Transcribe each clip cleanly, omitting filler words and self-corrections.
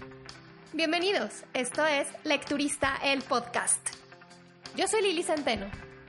Bienvenidos, esto es Lecturista, el podcast. Yo soy Lili Centeno.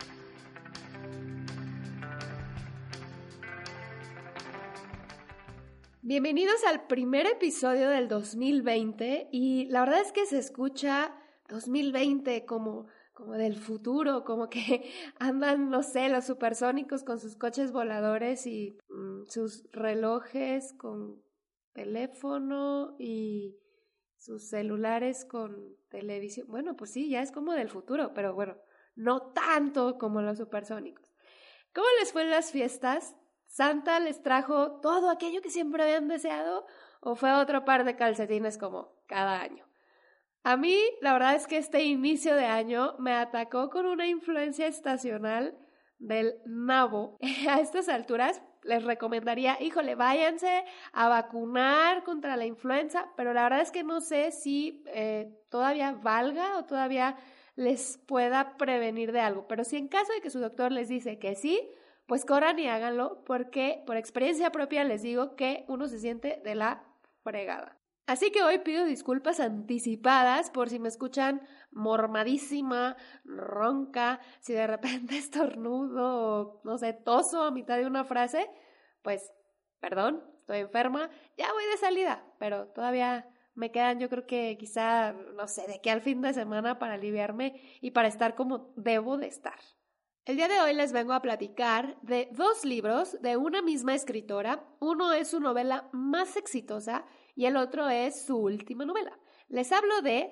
Bienvenidos al primer episodio del 2020 y la verdad es que se escucha 2020 como del futuro, como que andan, no sé, los supersónicos con sus coches voladores y sus relojes con teléfono y sus celulares con televisión. Bueno, pues sí, ya es como del futuro, pero bueno, no tanto como los supersónicos. ¿Cómo les fue en las fiestas? ¿Santa les trajo todo aquello que siempre habían deseado o fue otro par de calcetines como cada año? A mí, la verdad es que este inicio de año me atacó con una influencia estacional del nabo. A estas alturas les recomendaría, váyanse a vacunar contra la influenza, pero la verdad es que no sé si todavía valga o todavía les pueda prevenir de algo. Pero si en caso de que su doctor les dice que sí, pues corran y háganlo, porque por experiencia propia les digo que uno se siente de la fregada. Así que hoy pido disculpas anticipadas por si me escuchan mormadísima, ronca, si de repente estornudo o, no sé, toso a mitad de una frase, pues, perdón, estoy enferma, ya voy de salida, pero todavía me quedan, yo creo que quizá, no sé, de aquí al fin de semana para aliviarme y para estar como debo de estar. El día de hoy les vengo a platicar de 2 libros de una misma escritora. Uno es su novela más exitosa y el otro es su última novela. Les hablo de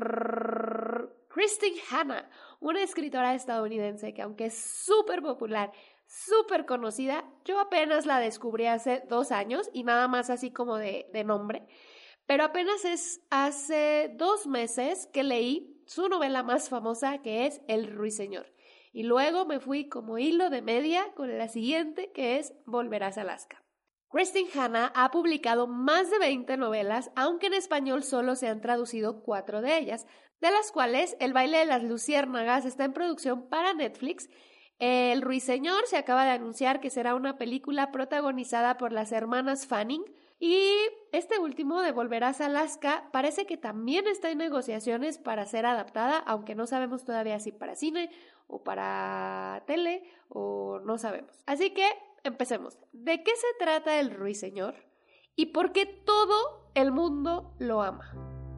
Kristin Hannah, una escritora estadounidense que aunque es súper popular, súper conocida, yo apenas la descubrí hace 2 años y nada más así como de nombre, pero apenas es hace 2 meses que leí su novela más famosa, que es El Ruiseñor. Y luego me fui como hilo de media con la siguiente, que es Volverás a Alaska. Kristin Hannah ha publicado más de 20 novelas, aunque en español solo se han traducido 4 de ellas, de las cuales El baile de las luciérnagas está en producción para Netflix. El Ruiseñor se acaba de anunciar que será una película protagonizada por las hermanas Fanning, y este último de Volverás a Alaska parece que también está en negociaciones para ser adaptada, aunque no sabemos todavía si para cine o para tele o no sabemos. Así que empecemos. ¿De qué se trata El Ruiseñor y por qué todo el mundo lo ama?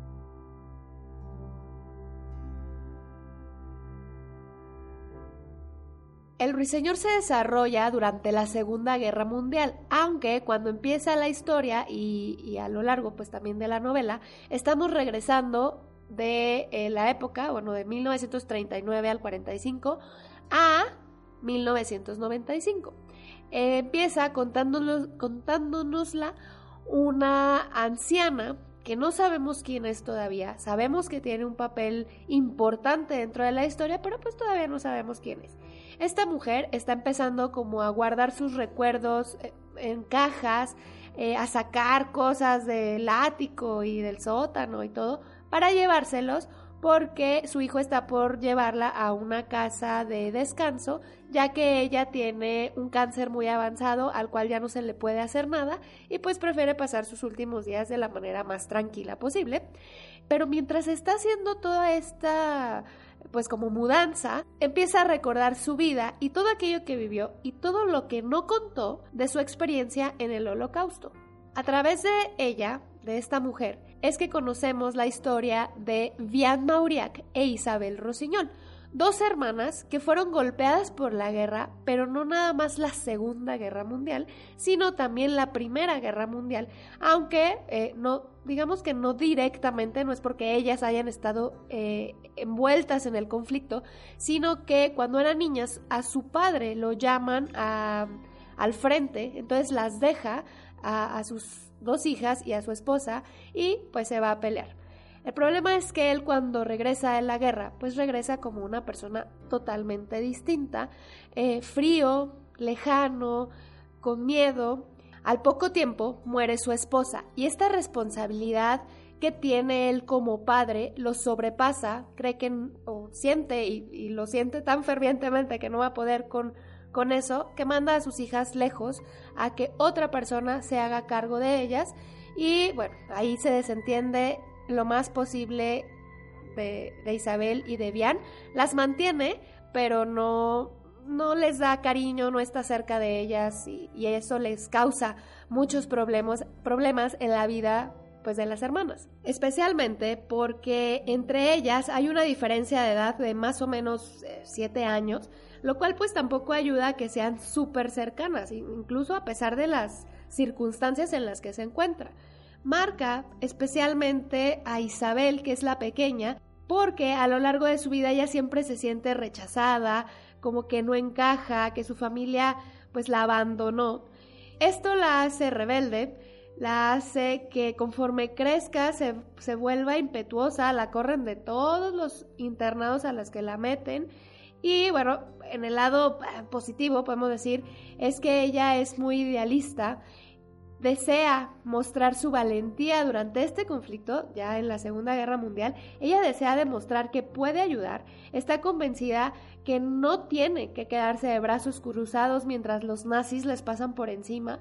El Ruiseñor se desarrolla durante la Segunda Guerra Mundial, aunque cuando empieza la historia y a lo largo pues también de la novela, estamos regresando de la época, de 1939 al 45 a 1995. Empieza contándonosla una anciana que no sabemos quién es todavía, sabemos que tiene un papel importante dentro de la historia, pero pues todavía no sabemos quién es. Esta mujer está empezando como a guardar sus recuerdos en cajas, a sacar cosas del ático y del sótano y todo, para llevárselos, porque su hijo está por llevarla a una casa de descanso, ya que ella tiene un cáncer muy avanzado al cual ya no se le puede hacer nada y pues prefiere pasar sus últimos días de la manera más tranquila posible. Pero mientras está haciendo toda esta pues como mudanza, empieza a recordar su vida y todo aquello que vivió y todo lo que no contó de su experiencia en el Holocausto. A través de ella, de esta mujer, es que conocemos la historia de Vian Mauriac e Isabel Rossinyol, 2 hermanas que fueron golpeadas por la guerra, pero no nada más la Segunda Guerra Mundial, sino también la Primera Guerra Mundial, aunque digamos que no directamente, no es porque ellas hayan estado envueltas en el conflicto, sino que cuando eran niñas a su padre lo llaman al frente, entonces las deja a sus 2 hijas y a su esposa y pues se va a pelear. El problema es que él cuando regresa de la guerra, pues regresa como una persona totalmente distinta, frío, lejano, con miedo. Al poco tiempo muere su esposa y esta responsabilidad que tiene él como padre lo sobrepasa, cree que o siente y lo siente tan fervientemente que no va a poder con eso, que manda a sus hijas lejos a que otra persona se haga cargo de ellas y bueno, ahí se desentiende lo más posible de Isabel y de Vian, las mantiene, pero no les da cariño, no está cerca de ellas y eso les causa muchos problemas en la vida pues de las hermanas, especialmente porque entre ellas hay una diferencia de edad de más o menos 7 años, lo cual pues tampoco ayuda a que sean súper cercanas, incluso a pesar de las circunstancias en las que se encuentra. Marca especialmente a Isabel, que es la pequeña, porque a lo largo de su vida ella siempre se siente rechazada, como que no encaja, que su familia pues la abandonó. Esto la hace rebelde, la hace que conforme crezca se vuelva impetuosa, la corren de todos los internados a los que la meten. Y bueno, en el lado positivo podemos decir es que ella es muy idealista, desea mostrar su valentía durante este conflicto, ya en la Segunda Guerra Mundial. Ella desea demostrar que puede ayudar, está convencida que no tiene que quedarse de brazos cruzados mientras los nazis les pasan por encima,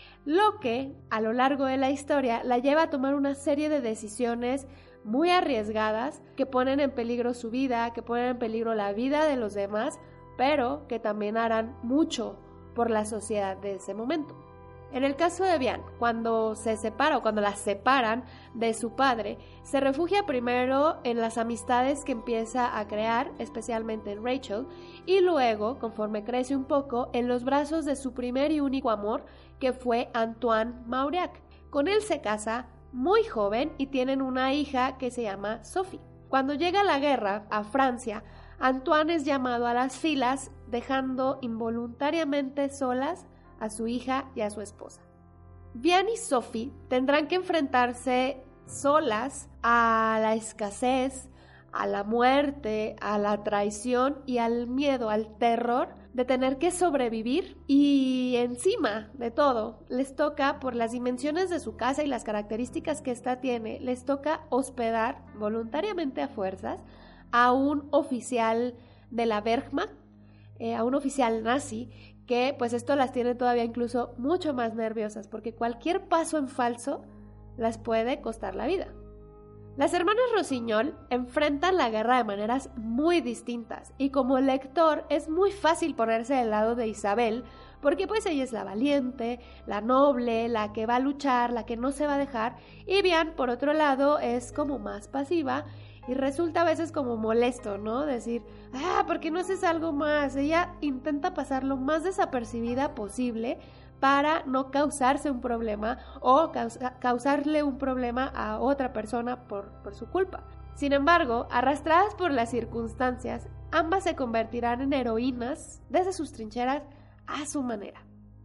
lo que a lo largo de la historia la lleva a tomar una serie de decisiones muy arriesgadas que ponen en peligro su vida, que ponen en peligro la vida de los demás, pero que también harán mucho por la sociedad de ese momento. En el caso de Vian, cuando se separa o cuando la separan de su padre, se refugia primero en las amistades que empieza a crear, especialmente en Rachel, y luego, conforme crece un poco, en los brazos de su primer y único amor, que fue Antoine Mauriac. Con él se casa muy joven y tienen una hija que se llama Sophie. Cuando llega la guerra a Francia, Antoine es llamado a las filas, dejando involuntariamente solas a su hija y a su esposa. Vian y Sophie tendrán que enfrentarse solas a la escasez, a la muerte, a la traición y al miedo, al terror de tener que sobrevivir, y encima de todo les toca, por las dimensiones de su casa y las características que ésta tiene, les toca hospedar voluntariamente a fuerzas a un oficial de la Wehrmacht, a un oficial nazi, que pues esto las tiene todavía incluso mucho más nerviosas, porque cualquier paso en falso las puede costar la vida. Las hermanas Rossignol enfrentan la guerra de maneras muy distintas, y como lector es muy fácil ponerse del lado de Isabel, porque pues ella es la valiente, la noble, la que va a luchar, la que no se va a dejar, y Vian, por otro lado, es como más pasiva, y resulta a veces como molesto, ¿no? Decir, ¿por qué no haces algo más? Ella intenta pasar lo más desapercibida posible para no causarse un problema o causarle un problema a otra persona por su culpa. Sin embargo, arrastradas por las circunstancias, ambas se convertirán en heroínas desde sus trincheras a su manera.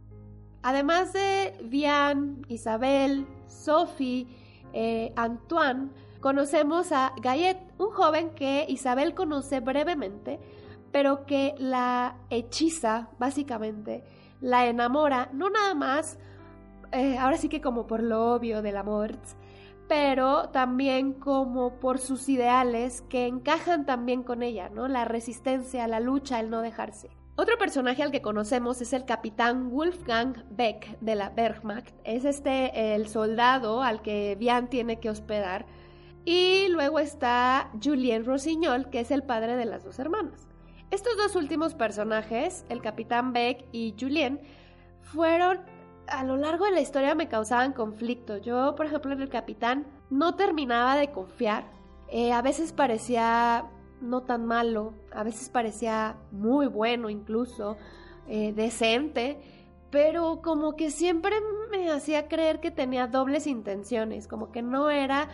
Además de Vian, Isabel, Sophie, Antoine, conocemos a Gayet, un joven que Isabel conoce brevemente, pero que la hechiza, básicamente, la enamora, no nada más, ahora sí que como por lo obvio del amor, pero también como por sus ideales que encajan también con ella, ¿no? La resistencia, la lucha, el no dejarse. Otro personaje al que conocemos es el capitán Wolfgang Beck de la Wehrmacht. Es el soldado al que Vian tiene que hospedar. Y luego está Julien Rossignol, que es el padre de las dos hermanas. Estos dos últimos personajes, el capitán Beck y Julien, fueron, a lo largo de la historia me causaban conflicto. Yo, por ejemplo, en el capitán no terminaba de confiar. A veces parecía no tan malo, a veces parecía muy bueno incluso, decente, pero como que siempre me hacía creer que tenía dobles intenciones, como que no era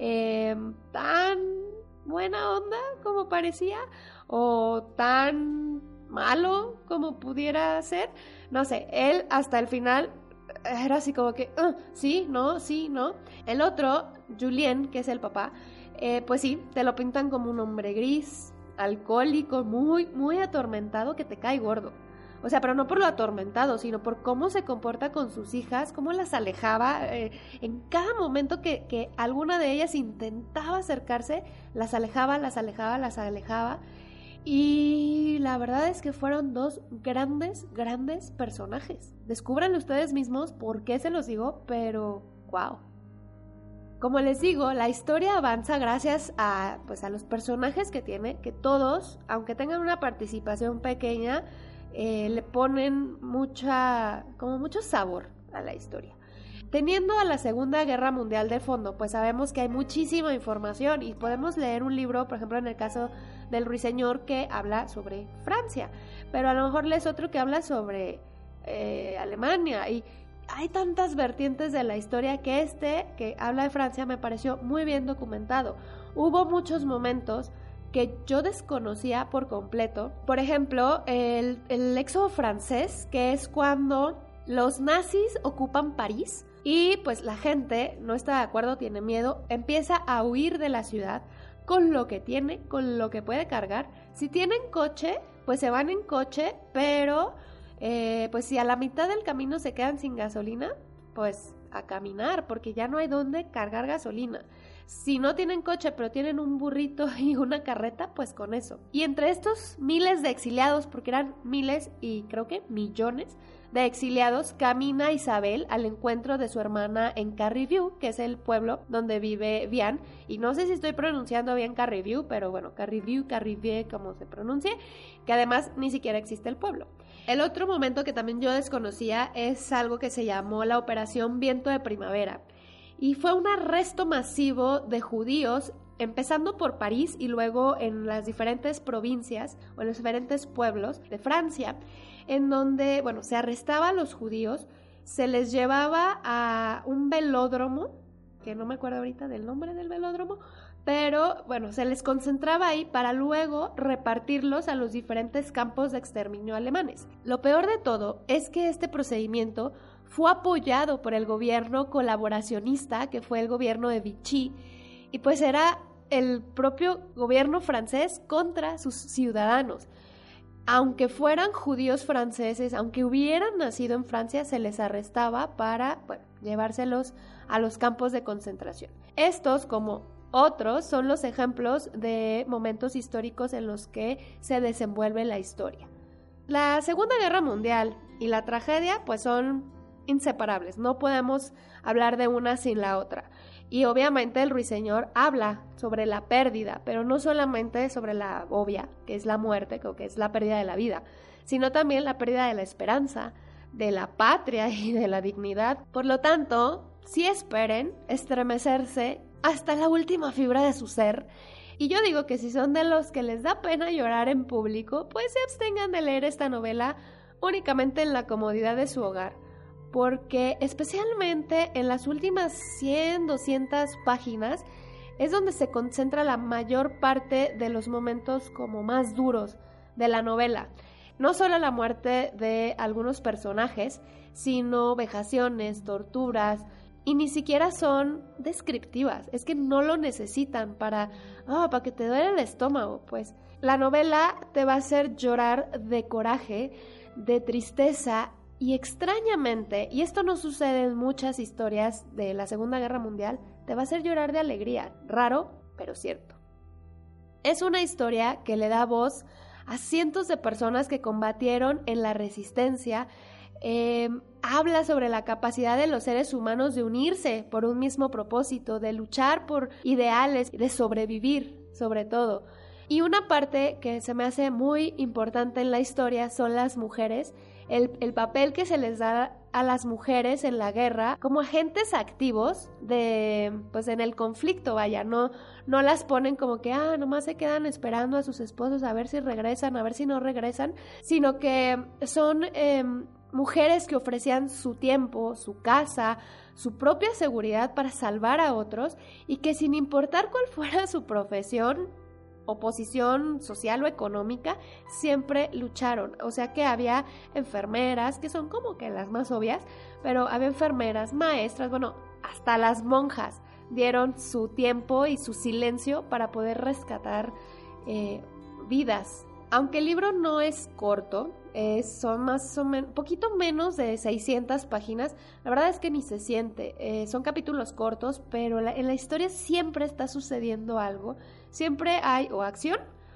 tan buena onda como parecía o tan malo como pudiera ser. No sé, él hasta el final era así como que sí, no, sí, no. El otro, Julien, que es el papá, pues sí, te lo pintan como un hombre gris, alcohólico, muy, muy atormentado, que te cae gordo. O sea, pero no por lo atormentado, sino por cómo se comporta con sus hijas, cómo las alejaba. En cada momento que alguna de ellas intentaba acercarse, las alejaba, las alejaba, las alejaba. Y la verdad es que fueron dos grandes, grandes personajes. Descúbranlo ustedes mismos por qué se los digo, pero wow. Como les digo, la historia avanza gracias a, pues, a los personajes que tiene, que todos, aunque tengan una participación pequeña, le ponen mucho sabor a la historia. Teniendo a la Segunda Guerra Mundial de fondo, pues sabemos que hay muchísima información y podemos leer un libro, por ejemplo, en el caso del Ruiseñor, que habla sobre Francia, pero a lo mejor lees otro que habla sobre Alemania, y hay tantas vertientes de la historia que habla de Francia me pareció muy bien documentado. Hubo muchos momentos que yo desconocía por completo. Por ejemplo, el éxodo francés, que es cuando los nazis ocupan París y pues la gente no está de acuerdo, tiene miedo, empieza a huir de la ciudad con lo que tiene, con lo que puede cargar. Si tienen coche, pues se van en coche, pero pues si a la mitad del camino se quedan sin gasolina, pues a caminar, porque ya no hay dónde cargar gasolina. Si no tienen coche, pero tienen un burrito y una carreta, pues con eso. Y entre estos miles de exiliados, porque eran miles y creo que millones de exiliados, camina Isabel al encuentro de su hermana en Carriview, que es el pueblo donde vive Vian, y no sé si estoy pronunciando bien Carriview, pero bueno, Carriview, como se pronuncie, que además ni siquiera existe el pueblo. El otro momento que también yo desconocía es algo que se llamó la Operación Viento de Primavera, y fue un arresto masivo de judíos, empezando por París y luego en las diferentes provincias o en los diferentes pueblos de Francia, en donde, bueno, se arrestaba a los judíos, se les llevaba a un velódromo, que no me acuerdo ahorita del nombre del velódromo, pero bueno, se les concentraba ahí para luego repartirlos a los diferentes campos de exterminio alemanes. Lo peor de todo es que este procedimiento fue apoyado por el gobierno colaboracionista, que fue el gobierno de Vichy, y pues era el propio gobierno francés contra sus ciudadanos. Aunque fueran judíos franceses, aunque hubieran nacido en Francia, se les arrestaba para, bueno, llevárselos a los campos de concentración. Estos, como otros, son los ejemplos de momentos históricos en los que se desenvuelve la historia. La Segunda Guerra Mundial y la tragedia, pues son inseparables, no podemos hablar de una sin la otra. Y obviamente el Ruiseñor habla sobre la pérdida, pero no solamente sobre la obvia, que es la muerte, que es la pérdida de la vida, sino también la pérdida de la esperanza, de la patria y de la dignidad. Por lo tanto, sí esperen estremecerse hasta la última fibra de su ser. Y yo digo que si son de los que les da pena llorar en público, pues se abstengan de leer esta novela únicamente en la comodidad de su hogar, porque especialmente en las últimas 100, 200 páginas es donde se concentra la mayor parte de los momentos como más duros de la novela. No solo la muerte de algunos personajes, sino vejaciones, torturas, y ni siquiera son descriptivas, es que no lo necesitan para que te duele el estómago, pues. La novela te va a hacer llorar de coraje, de tristeza, y extrañamente, y esto no sucede en muchas historias de la Segunda Guerra Mundial, te va a hacer llorar de alegría. Raro, pero cierto. Es una historia que le da voz a cientos de personas que combatieron en la resistencia. Habla sobre la capacidad de los seres humanos de unirse por un mismo propósito, de luchar por ideales, de sobrevivir, sobre todo. Y una parte que se me hace muy importante en la historia son las mujeres, el papel que se les da a las mujeres en la guerra como agentes activos pues en el conflicto, vaya, no las ponen como que nomás se quedan esperando a sus esposos a ver si regresan, a ver si no regresan, sino que son mujeres que ofrecían su tiempo, su casa, su propia seguridad para salvar a otros, y que sin importar cuál fuera su profesión o posición social o económica, siempre lucharon. O sea que había enfermeras, que son como que las más obvias, pero había enfermeras, maestras, bueno, hasta las monjas dieron su tiempo y su silencio para poder rescatar vidas. Aunque el libro no es corto, son más o menos, poquito menos de 600 páginas, la verdad es que ni se siente, son capítulos cortos, pero en la historia siempre está sucediendo algo, siempre hay o acción,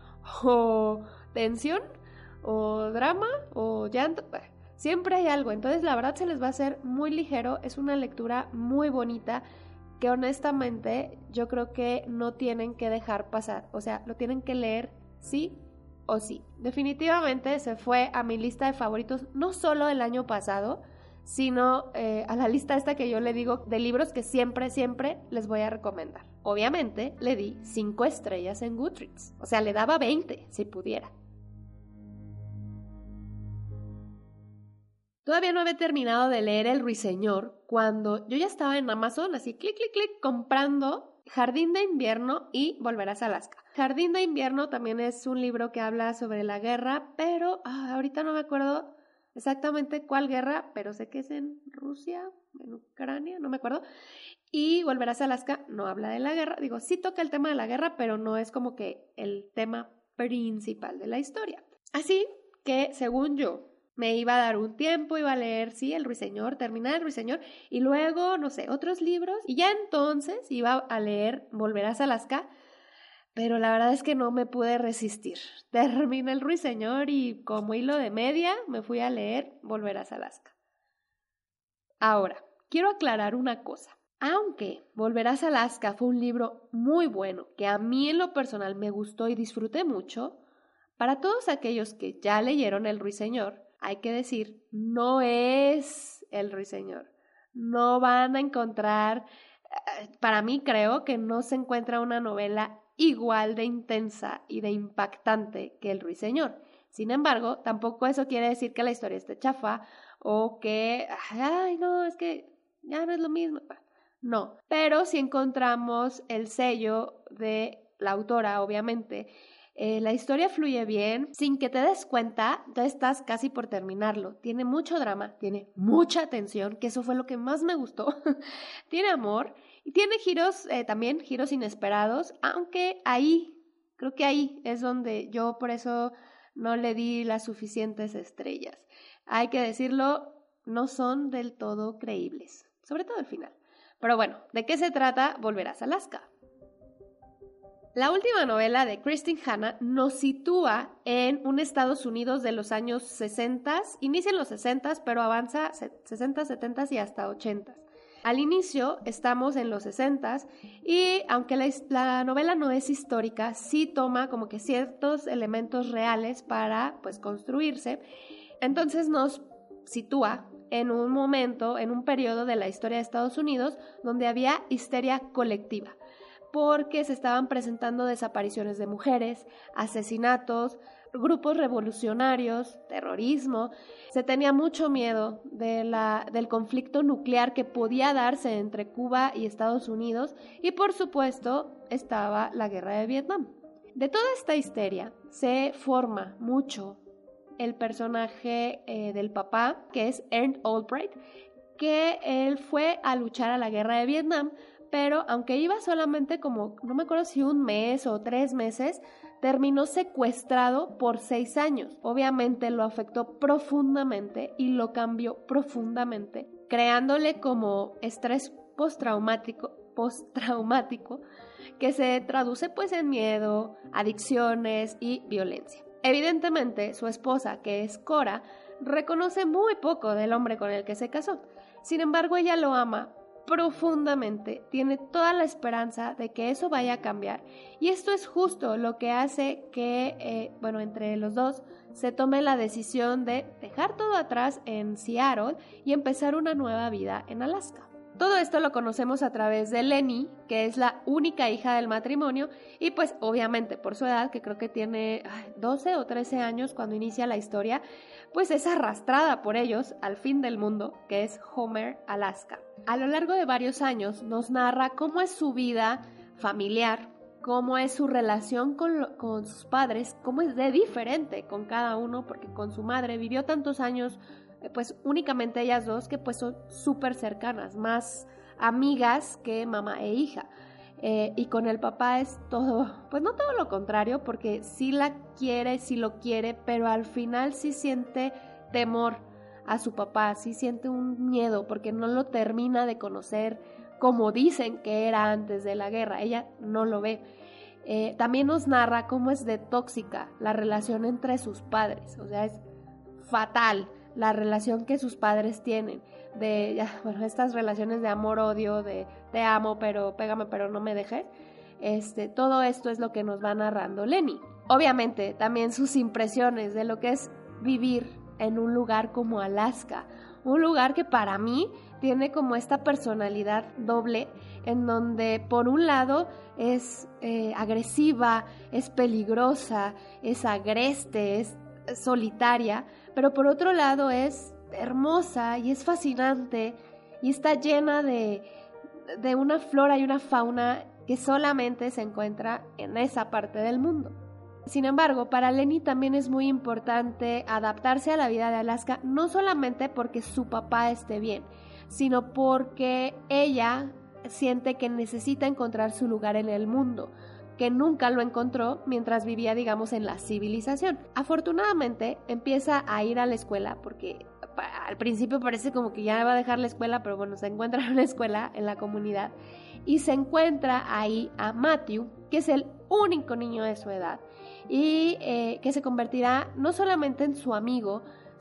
o tensión, o drama, o llanto, siempre hay algo, entonces la verdad se les va a hacer muy ligero, es una lectura muy bonita, que honestamente yo creo que no tienen que dejar pasar, o sea, lo tienen que leer sí o sí. Definitivamente se fue a mi lista de favoritos, no solo el año pasado, sino a la lista esta que yo le digo de libros que siempre les voy a recomendar. Obviamente le di 5 estrellas en Goodreads, o sea, le daba 20 si pudiera. Todavía no había terminado de leer El Ruiseñor cuando yo ya estaba en Amazon, así clic, comprando Jardín de Invierno y Volverás a Alaska. Jardín de Invierno también es un libro que habla sobre la guerra, pero ahorita no me acuerdo exactamente cuál guerra, pero sé que es en Rusia, en Ucrania, no me acuerdo. Y Volverás a Alaska no habla de la guerra, digo, sí toca el tema de la guerra, pero no es como que el tema principal de la historia. Así que, según yo, me iba a dar un tiempo, iba a leer, sí, El Ruiseñor, terminar El Ruiseñor, y luego, no sé, otros libros, y ya entonces iba a leer Volverás a Alaska, pero la verdad es que no me pude resistir. Terminé El Ruiseñor y como hilo de media me fui a leer Volverás a Alaska. Ahora, quiero aclarar una cosa. Aunque Volverás a Alaska fue un libro muy bueno, que a mí en lo personal me gustó y disfruté mucho, para todos aquellos que ya leyeron El Ruiseñor, hay que decir, no es El Ruiseñor. No van a encontrar, para mí creo que no se encuentra una novela igual de intensa y de impactante que El Ruiseñor. Sin embargo, tampoco eso quiere decir que la historia esté chafa o que, ay, no, es que ya no es lo mismo. No, pero si encontramos el sello de la autora, obviamente. La historia fluye bien, sin que te des cuenta, ya estás casi por terminarlo. Tiene mucho drama, tiene mucha tensión, que eso fue lo que más me gustó. Tiene amor y tiene giros, también giros inesperados, aunque creo que ahí es donde yo por eso no le di las suficientes estrellas. Hay que decirlo, no son del todo creíbles, sobre todo el final. Pero bueno, ¿de qué se trata Volverás a Alaska? La última novela de Kristin Hannah nos sitúa en un Estados Unidos de los años 60, inicia en los 60, pero avanza 60, 70 y hasta 80. Al inicio estamos en los 60 y aunque la novela no es histórica, sí toma como que ciertos elementos reales para pues construirse. Entonces nos sitúa en un momento, en un periodo de la historia de Estados Unidos donde había histeria colectiva, porque se estaban presentando desapariciones de mujeres, asesinatos, grupos revolucionarios, terrorismo. Se tenía mucho miedo del conflicto nuclear que podía darse entre Cuba y Estados Unidos y por supuesto estaba la guerra de Vietnam. De toda esta histeria se forma mucho el personaje del papá, que es Ernst Albright, que él fue a luchar a la guerra de Vietnam, pero aunque iba solamente como, no me acuerdo si 1 mes o 3 meses, terminó secuestrado por 6 años. Obviamente lo afectó profundamente y lo cambió profundamente, creándole como estrés postraumático que se traduce pues en miedo, adicciones y violencia. Evidentemente, su esposa, que es Cora, reconoce muy poco del hombre con el que se casó. Sin embargo, ella lo ama profundamente, tiene toda la esperanza de que eso vaya a cambiar y esto es justo lo que hace que, entre los dos se tome la decisión de dejar todo atrás en Seattle y empezar una nueva vida en Alaska. Todo esto lo conocemos a través de Lenny, que es la única hija del matrimonio y pues obviamente por su edad, que creo que tiene 12 o 13 años cuando inicia la historia, pues es arrastrada por ellos al fin del mundo, que es Homer, Alaska. A lo largo de varios años nos narra cómo es su vida familiar, cómo es su relación con sus padres, cómo es de diferente con cada uno, porque con su madre vivió tantos años pues únicamente ellas dos que pues son súper cercanas, más amigas que mamá e hija. Y con el papá es todo, pues no todo lo contrario, porque sí la quiere, sí lo quiere, pero al final sí siente temor a su papá, sí siente un miedo porque no lo termina de conocer como dicen que era antes de la guerra, ella no lo ve. También nos narra cómo es de tóxica la relación entre sus padres, o sea, es fatal. la relación que sus padres tienen, de estas relaciones de amor-odio, de te amo, pero pégame, pero no me dejes. Todo esto es lo que nos va narrando Lenny. Obviamente, también sus impresiones de lo que es vivir en un lugar como Alaska, un lugar que para mí tiene como esta personalidad doble, en donde por un lado es agresiva, es peligrosa, es agreste, es solitaria, pero por otro lado es hermosa y es fascinante y está llena de una flora y una fauna que solamente se encuentra en esa parte del mundo. Sin embargo, para Lenny también es muy importante adaptarse a la vida de Alaska, no solamente porque su papá esté bien, sino porque ella siente que necesita encontrar su lugar en el mundo, que nunca lo encontró mientras vivía, digamos, en la civilización. Afortunadamente, empieza a ir a la escuela, porque al principio parece como que ya va a dejar la escuela, pero bueno, se encuentra en una escuela en la comunidad y se encuentra ahí a Matthew, que es el único niño de su edad y que se convertirá no solamente en su amigo,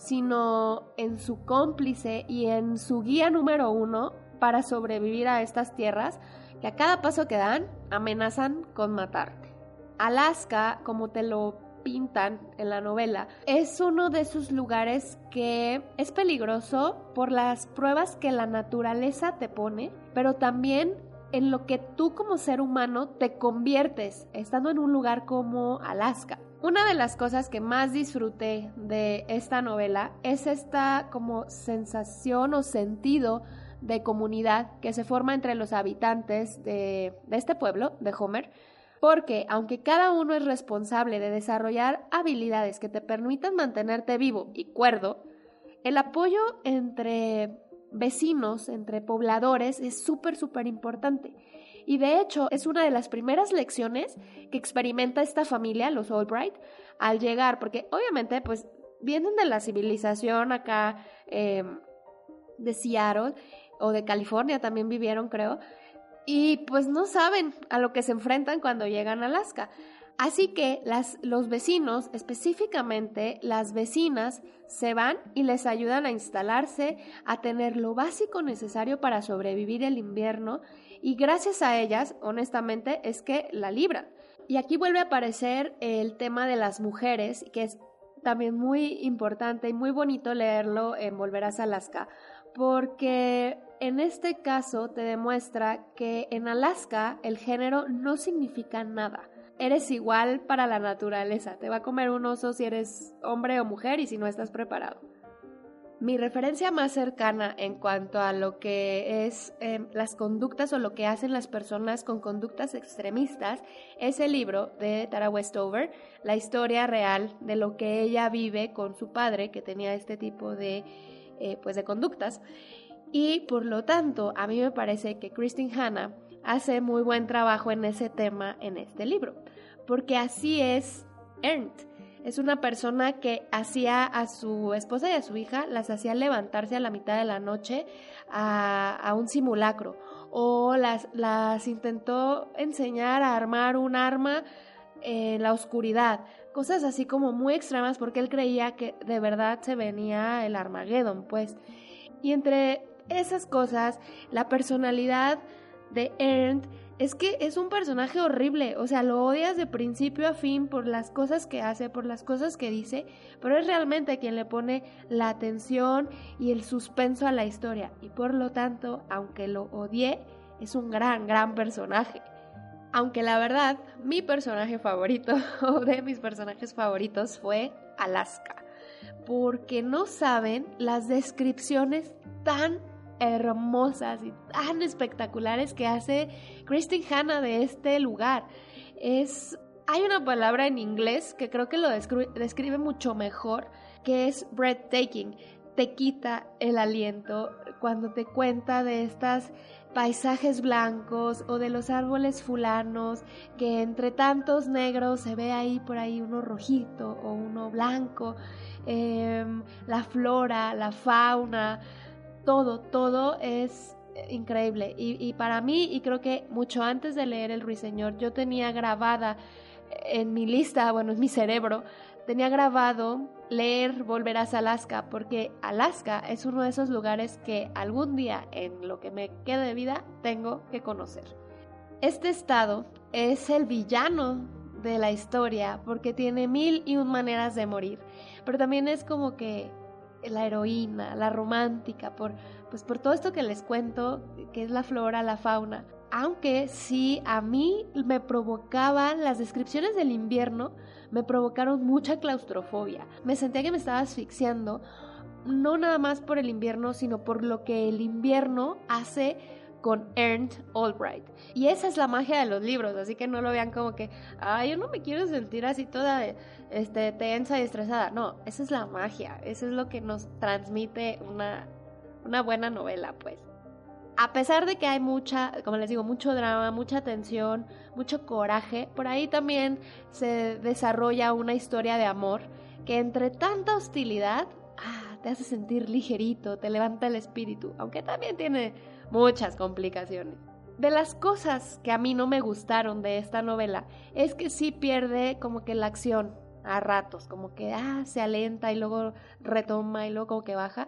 sino en su cómplice y en su guía número 1 para sobrevivir a estas tierras que a cada paso que dan amenazan con matarte. Alaska, como te lo pintan en la novela, es uno de esos lugares que es peligroso por las pruebas que la naturaleza te pone, pero también en lo que tú como ser humano te conviertes estando en un lugar como Alaska. Una de las cosas que más disfruté de esta novela es esta como sensación o sentido de comunidad que se forma entre los habitantes de este pueblo, de Homer, porque aunque cada uno es responsable de desarrollar habilidades que te permitan mantenerte vivo y cuerdo, el apoyo entre vecinos, entre pobladores, es súper importante. Y de hecho, es una de las primeras lecciones que experimenta esta familia, los Albright, al llegar, porque obviamente, pues, vienen de la civilización acá de Seattle o de California, también vivieron, creo, y pues no saben a lo que se enfrentan cuando llegan a Alaska. Así que los vecinos, específicamente las vecinas, se van y les ayudan a instalarse, a tener lo básico necesario para sobrevivir el invierno, y gracias a ellas, honestamente, es que la libran. Y aquí vuelve a aparecer el tema de las mujeres, que es también muy importante y muy bonito leerlo en Volverás a Alaska, porque en este caso te demuestra que en Alaska el género no significa nada. Eres igual para la naturaleza, te va a comer un oso si eres hombre o mujer y si no estás preparado. Mi referencia más cercana en cuanto a lo que es las conductas o lo que hacen las personas con conductas extremistas es el libro de Tara Westover, la historia real de lo que ella vive con su padre que tenía este tipo de conductas. Y por lo tanto, a mí me parece que Kristin Hanna hace muy buen trabajo en ese tema en este libro, porque así es Ernst. Es una persona que hacía a su esposa y a su hija, las hacía levantarse a la mitad de la noche a un simulacro, o las intentó enseñar a armar un arma en la oscuridad, cosas así como muy extremas porque él creía que de verdad se venía el Armageddon, pues. Y entre esas cosas, la personalidad de Ernst es que es un personaje horrible, o sea, lo odias de principio a fin por las cosas que hace, por las cosas que dice, pero es realmente quien le pone la atención y el suspenso a la historia, y por lo tanto, aunque lo odié, es un gran personaje. Aunque la verdad, mi personaje favorito, o de mis personajes favoritos, fue Alaska, porque no saben las descripciones tan hermosas y tan espectaculares que hace Kristin Hanna de este lugar. Hay una palabra en inglés que creo que lo describe mucho mejor, que es breathtaking. Te quita el aliento cuando te cuenta de estos paisajes blancos o de los árboles fulanos, que entre tantos negros se ve ahí por ahí uno rojito o uno blanco, la flora, la fauna, todo es increíble. Y para mí, y creo que mucho antes de leer El Ruiseñor, yo tenía grabada en mi lista, en mi cerebro, tenía grabado leer Volverás a Alaska, porque Alaska es uno de esos lugares que algún día, en lo que me quede de vida, tengo que conocer. Este estado es el villano de la historia porque tiene 1001 maneras de morir, pero también es como que la heroína, la romántica, por todo esto que les cuento, que es la flora, la fauna. Aunque sí, a mí me provocaban, las descripciones del invierno me provocaron mucha claustrofobia. Me sentía que me estaba asfixiando, no nada más por el invierno, sino por lo que el invierno hace con Ernest Albright. Y esa es la magia de los libros, así que no lo vean como que, yo no me quiero sentir así toda tensa y estresada. No, esa es la magia, eso es lo que nos transmite una buena novela, pues. A pesar de que hay como les digo, mucho drama, mucha tensión, mucho coraje, por ahí también se desarrolla una historia de amor que entre tanta hostilidad, te hace sentir ligerito, te levanta el espíritu, aunque también tiene muchas complicaciones. De las cosas que a mí no me gustaron de esta novela es que sí pierde como que la acción a ratos, como que se alenta y luego retoma y luego como que baja.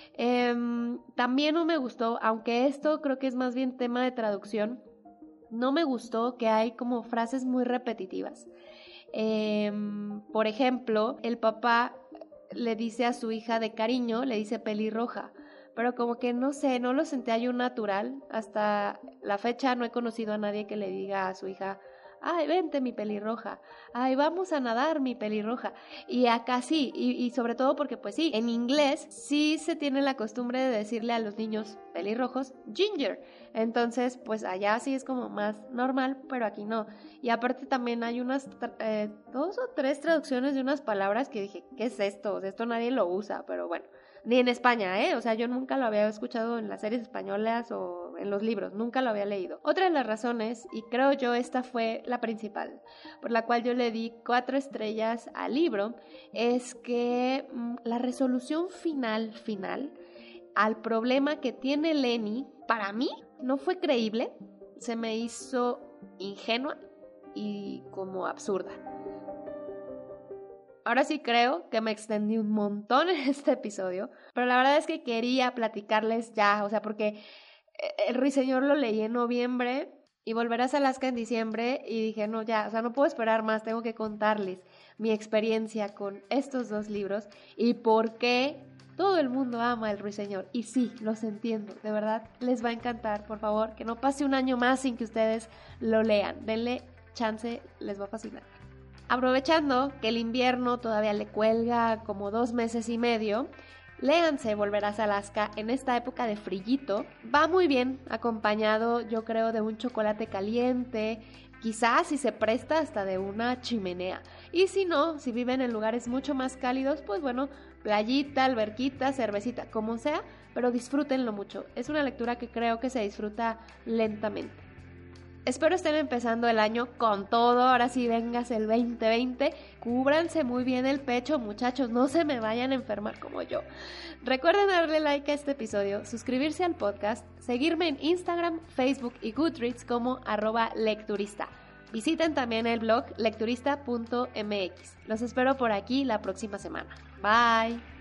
También no me gustó, aunque esto creo que es más bien tema de traducción, no me gustó que hay como frases muy repetitivas. Por ejemplo, el papá le dice a su hija de cariño, le dice pelirroja, pero como que no sé, no lo sentía yo natural. Hasta la fecha no he conocido a nadie que le diga a su hija, ay, vente mi pelirroja, ay, vamos a nadar mi pelirroja. Y acá sí, y sobre todo porque pues sí, en inglés sí se tiene la costumbre de decirle a los niños pelirrojos ginger, entonces pues allá sí es como más normal, pero aquí no. Y aparte también hay unas 2 o 3 traducciones de unas palabras que dije, ¿qué es esto? O sea, esto nadie lo usa, pero bueno. Ni en España, o sea, yo nunca lo había escuchado en las series españolas o en los libros, nunca lo había leído. Otra de las razones, y creo yo esta fue la principal, por la cual yo le di 4 estrellas al libro, es que la resolución final al problema que tiene Lenny, para mí, no fue creíble, se me hizo ingenua y como absurda. Ahora sí creo que me extendí un montón en este episodio, pero la verdad es que quería platicarles ya, o sea, porque El Ruiseñor lo leí en noviembre y Volverás a Alaska en diciembre y dije, no, ya, o sea, no puedo esperar más, tengo que contarles mi experiencia con estos 2 libros y por qué todo el mundo ama El Ruiseñor. Y sí, los entiendo, de verdad, les va a encantar, por favor, que no pase un año más sin que ustedes lo lean, denle chance, les va a fascinar. Aprovechando que el invierno todavía le cuelga como 2 meses y medio, léanse Volverás a Alaska en esta época de frillito. Va muy bien acompañado, yo creo, de un chocolate caliente, quizás si se presta hasta de una chimenea. Y si no, si viven en lugares mucho más cálidos, pues bueno, playita, alberquita, cervecita, como sea, pero disfrútenlo mucho. Es una lectura que creo que se disfruta lentamente. Espero estén empezando el año con todo, ahora sí vengas el 2020, cúbranse muy bien el pecho, muchachos, no se me vayan a enfermar como yo. Recuerden darle like a este episodio, suscribirse al podcast, seguirme en Instagram, Facebook y Goodreads como @lecturista. Visiten también el blog lecturista.mx. Los espero por aquí la próxima semana. Bye.